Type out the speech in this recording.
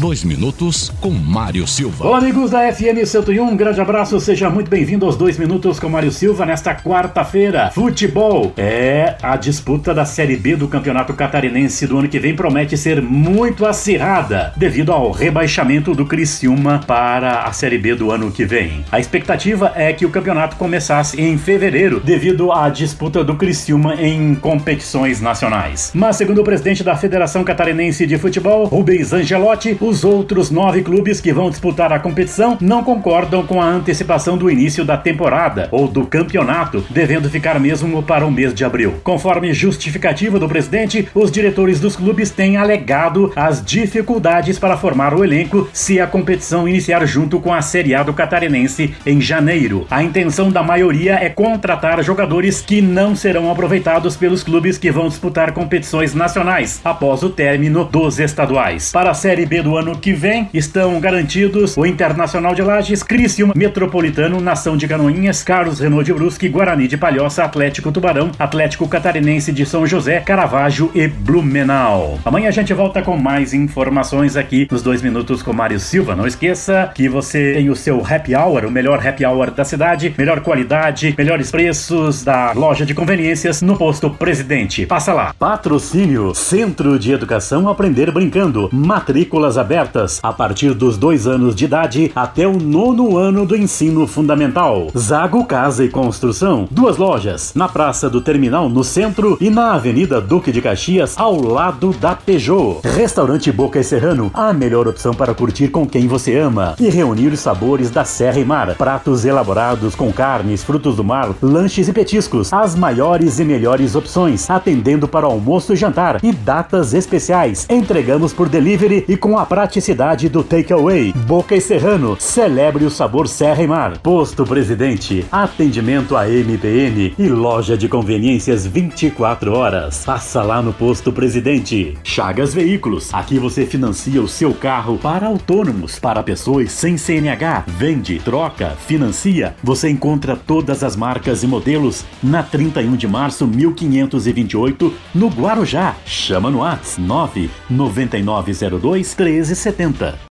2 minutos com Mário Silva. Olá, amigos da FM 101, um grande abraço, seja muito bem-vindo aos 2 minutos com Mário Silva nesta quarta-feira. Futebol é a disputa da Série B do Campeonato Catarinense do ano que vem promete ser muito acirrada devido ao rebaixamento do Criciúma para a Série B do ano que vem. A expectativa é que o campeonato começasse em fevereiro devido à disputa do Criciúma em competições nacionais. Mas segundo o presidente da Federação Catarinense de Futebol, Rubens Angelotti, os outros 9 clubes que vão disputar a competição não concordam com a antecipação do início da temporada ou do campeonato, devendo ficar mesmo para o mês de abril. Conforme justificativa do presidente, os diretores dos clubes têm alegado as dificuldades para formar o elenco se a competição iniciar junto com a Série A do Catarinense em janeiro. A intenção da maioria é contratar jogadores que não serão aproveitados pelos clubes que vão disputar competições nacionais após o término dos estaduais. Para a Série B do ano que vem, estão garantidos o Internacional de Lages, Criciúma, Metropolitano, Nação de Canoinhas, Carlos Renault de Brusque, Guarani de Palhoça, Atlético Tubarão, Atlético Catarinense de São José, Caravaggio e Blumenau. Amanhã a gente volta com mais informações aqui nos 2 minutos com Mário Silva. Não esqueça que você tem o seu happy hour, o melhor happy hour da cidade, melhor qualidade, melhores preços da loja de conveniências no Posto Presidente. Passa lá. Patrocínio Centro de Educação Aprender Brincando. Matrículas abertas a partir dos 2 anos de idade até o 9º ano do ensino fundamental. Zago Casa e Construção. 2 lojas, na Praça do Terminal, no centro, e na Avenida Duque de Caxias, ao lado da Peugeot. Restaurante Boca e Serrano, a melhor opção para curtir com quem você ama e reunir os sabores da Serra e Mar. Pratos elaborados com carnes, frutos do mar, lanches e petiscos. As maiores e melhores opções, atendendo para almoço e jantar e datas especiais. Entregamos por delivery e com a praticidade do takeaway. Boca e Serrano, celebre o sabor Serra e Mar. Posto Presidente, atendimento a MPN e loja de conveniências 24 horas. Passa lá no Posto Presidente. Chagas Veículos, aqui você financia o seu carro para autônomos, para pessoas sem CNH. Vende, troca, financia. Você encontra todas as marcas e modelos na 31 de março 1528 no Guarujá. Chama no WhatsApp 99902 1370.